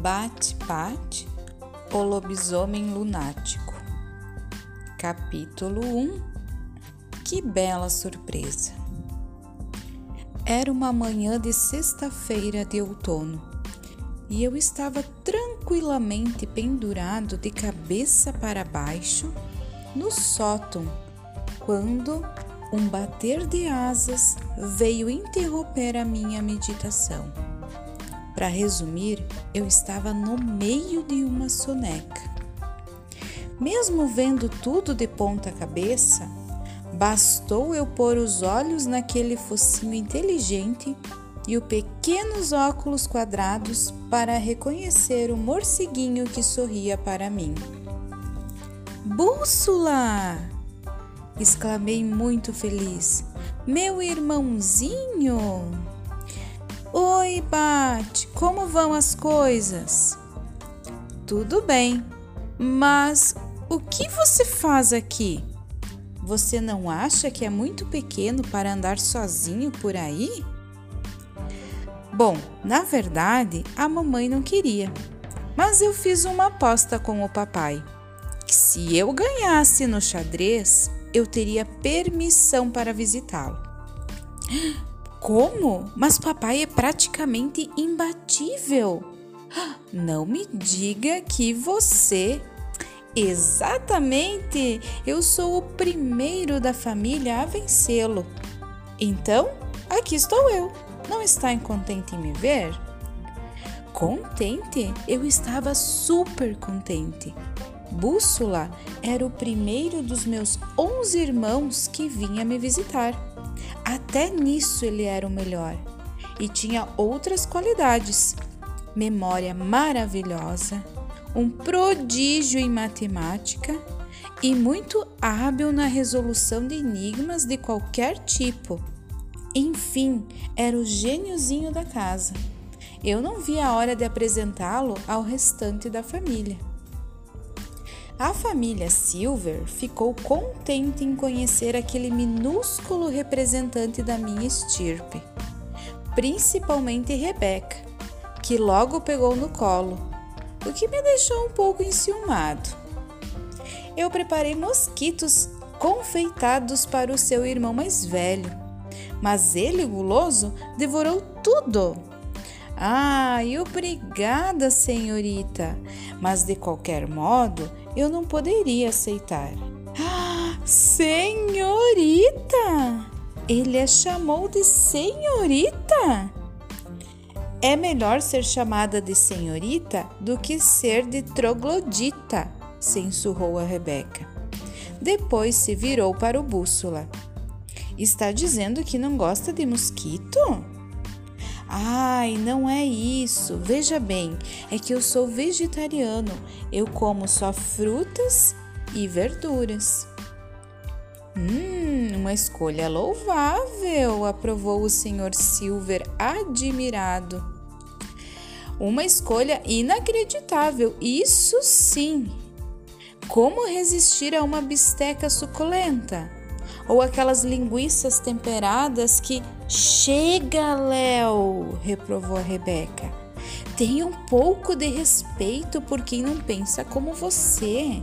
Bate-bate, o lobisomem lunático. Capítulo 1. Que bela surpresa! Era uma manhã de sexta-feira de outono e eu estava tranquilamente pendurado de cabeça para baixo no sótão quando um bater de asas veio interromper a minha meditação. Para resumir, eu estava no meio de uma soneca. Mesmo vendo tudo de ponta cabeça, bastou eu pôr os olhos naquele focinho inteligente e os pequenos óculos quadrados para reconhecer o morceguinho que sorria para mim. "Bússola!" exclamei muito feliz. "Meu irmãozinho!" "Oi, Bate, como vão as coisas?" "Tudo bem, mas o que você faz aqui? Você não acha que é muito pequeno para andar sozinho por aí?" Bom, na verdade, a mamãe não queria, mas eu fiz uma aposta com o papai, que se eu ganhasse no xadrez, eu teria permissão para visitá-lo. "Como? Mas papai é praticamente imbatível." "Não me diga que você..." "Exatamente! Eu sou o primeiro da família a vencê-lo. Então, aqui estou eu. Não está contente em me ver?" Contente? Eu estava super contente. Bússola era o primeiro dos meus 11 irmãos que vinha me visitar. Até nisso ele era o melhor e tinha outras qualidades: memória maravilhosa, um prodígio em matemática e muito hábil na resolução de enigmas de qualquer tipo. Enfim, era o gêniozinho da casa. Eu não via a hora de apresentá-lo ao restante da família. A família Silver ficou contente em conhecer aquele minúsculo representante da minha estirpe, principalmente Rebeca, que logo pegou no colo, o que me deixou um pouco enciumado. Eu preparei mosquitos confeitados para o seu irmão mais velho, mas ele, guloso, devorou tudo. "Ai, obrigada, senhorita, mas de qualquer modo eu não poderia aceitar." "Senhorita!" Ele a chamou de senhorita? "É melhor ser chamada de senhorita do que ser de troglodita", sussurrou a Rebeca. Depois se virou para o Bússola. "Está dizendo que não gosta de mosquito?" "Ai, não é isso. Veja bem, é que eu sou vegetariano. Eu como só frutas e verduras." Uma escolha louvável", aprovou o Sr. Silver admirado. "Uma escolha inacreditável, isso sim. Como resistir a uma bisteca suculenta? Ou aquelas linguiças temperadas que..." "Chega, Léo!" reprovou a Rebeca. "Tenha um pouco de respeito por quem não pensa como você."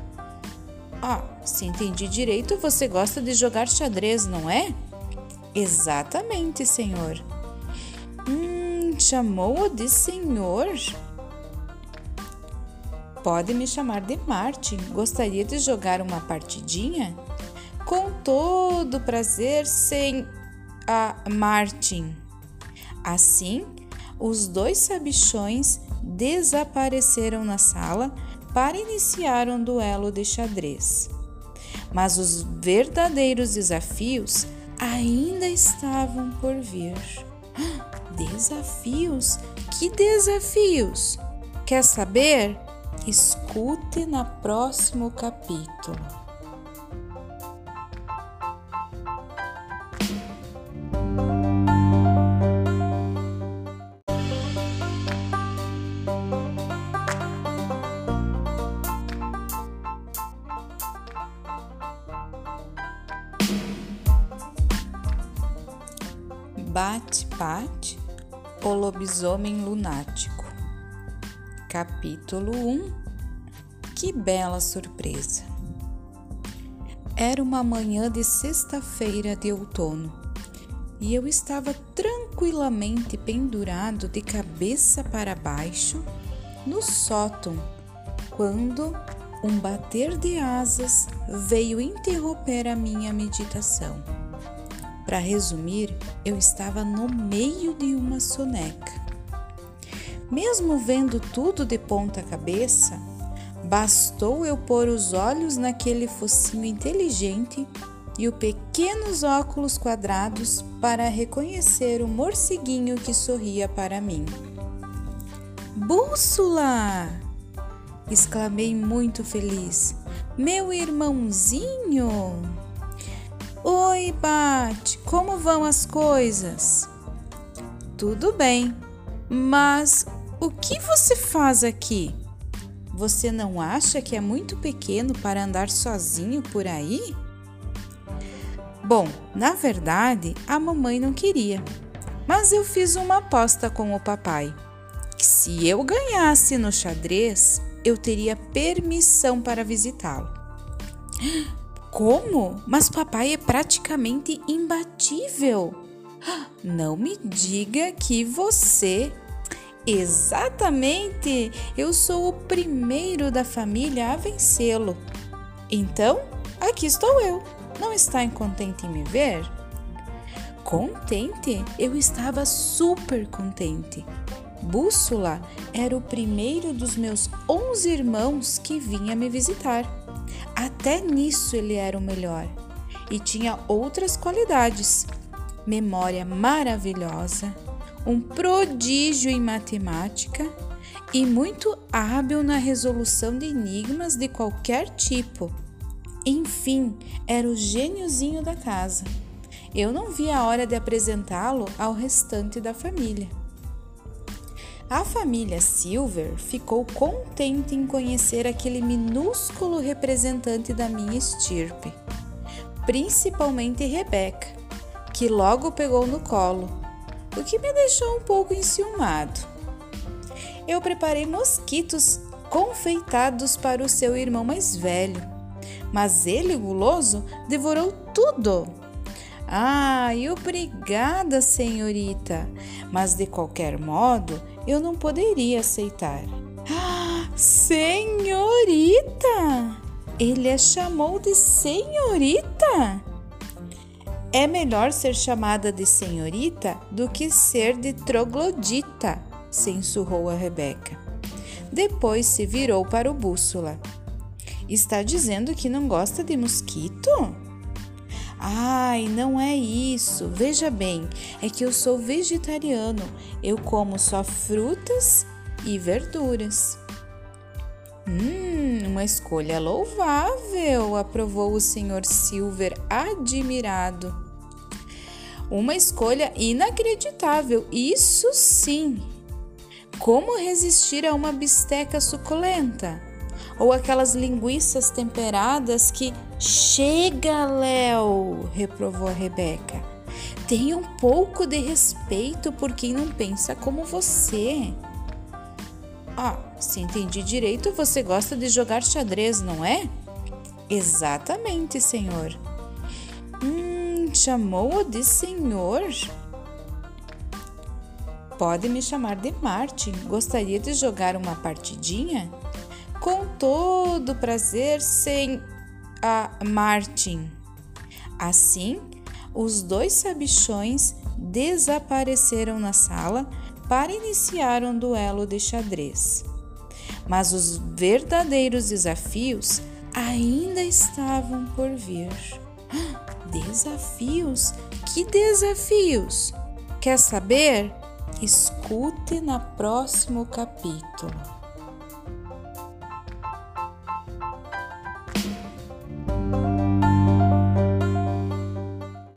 Se entendi direito, você gosta de jogar xadrez, não é?" "Exatamente, senhor." Chamou-o de senhor?" "Pode me chamar de Martin. Gostaria de jogar uma partidinha?" "Com todo prazer, Martin." Assim, os dois sabichões desapareceram na sala para iniciar um duelo de xadrez. Mas os verdadeiros desafios ainda estavam por vir. Desafios? Que desafios? Quer saber? Escute no próximo capítulo. Bate-bate, o lobisomem lunático. Capítulo 1. Que bela surpresa! Era uma manhã de sexta-feira de outono e eu estava tranquilamente pendurado de cabeça para baixo no sótão quando um bater de asas veio interromper a minha meditação. Para resumir, eu estava no meio de uma soneca. Mesmo vendo tudo de ponta cabeça, bastou eu pôr os olhos naquele focinho inteligente e os pequenos óculos quadrados para reconhecer o morceguinho que sorria para mim. Bússola! Exclamei muito feliz. Meu irmãozinho! Oi, Bat, como vão as coisas? Tudo bem, mas o que você faz aqui? Você não acha que é muito pequeno para andar sozinho por aí? Bom, na verdade, a mamãe não queria, mas eu fiz uma aposta com o papai, que se eu ganhasse no xadrez, eu teria permissão para visitá-lo. Como? Mas papai é praticamente imbatível. Não me diga que você... Exatamente! Eu sou o primeiro da família a vencê-lo. Então, aqui estou eu. Não está contente em me ver? Contente? Eu estava super contente. Bússola era o primeiro dos meus 11 irmãos que vinha me visitar. Até nisso ele era o melhor. E tinha outras qualidades. Memória maravilhosa, um prodígio em matemática e muito hábil na resolução de enigmas de qualquer tipo. Enfim, era o gêniozinho da casa. Eu não vi a hora de apresentá-lo ao restante da família. A família Silver ficou contente em conhecer aquele minúsculo representante da minha estirpe, principalmente Rebeca, que logo pegou no colo, o que me deixou um pouco enciumado. Eu preparei mosquitos confeitados para o seu irmão mais velho, mas ele, guloso, devorou tudo. Ai, obrigada, senhorita, mas de qualquer modo eu não poderia aceitar. Senhorita! Ele a chamou de senhorita? É melhor ser chamada de senhorita do que ser de troglodita, censurrou a Rebeca. Depois se virou para o Bússola. Está dizendo que não gosta de mosquito? Ai, não é isso. Veja bem, é que eu sou vegetariano. Eu como só frutas e verduras. Uma escolha louvável, aprovou o Sr. Silver admirado. Uma escolha inacreditável, isso sim. Como resistir a uma bisteca suculenta? Ou aquelas linguiças temperadas que... Chega, Léo, reprovou a Rebeca. Tenha um pouco de respeito por quem não pensa como você. Se entendi direito, você gosta de jogar xadrez, não é? Exatamente, senhor. Chamou-o de senhor? Pode me chamar de Martin. Gostaria de jogar uma partidinha? Com todo prazer, Martin. Assim, os dois sabichões desapareceram na sala para iniciar um duelo de xadrez. Mas os verdadeiros desafios ainda estavam por vir. Desafios? Que desafios? Quer saber? Escute no próximo capítulo.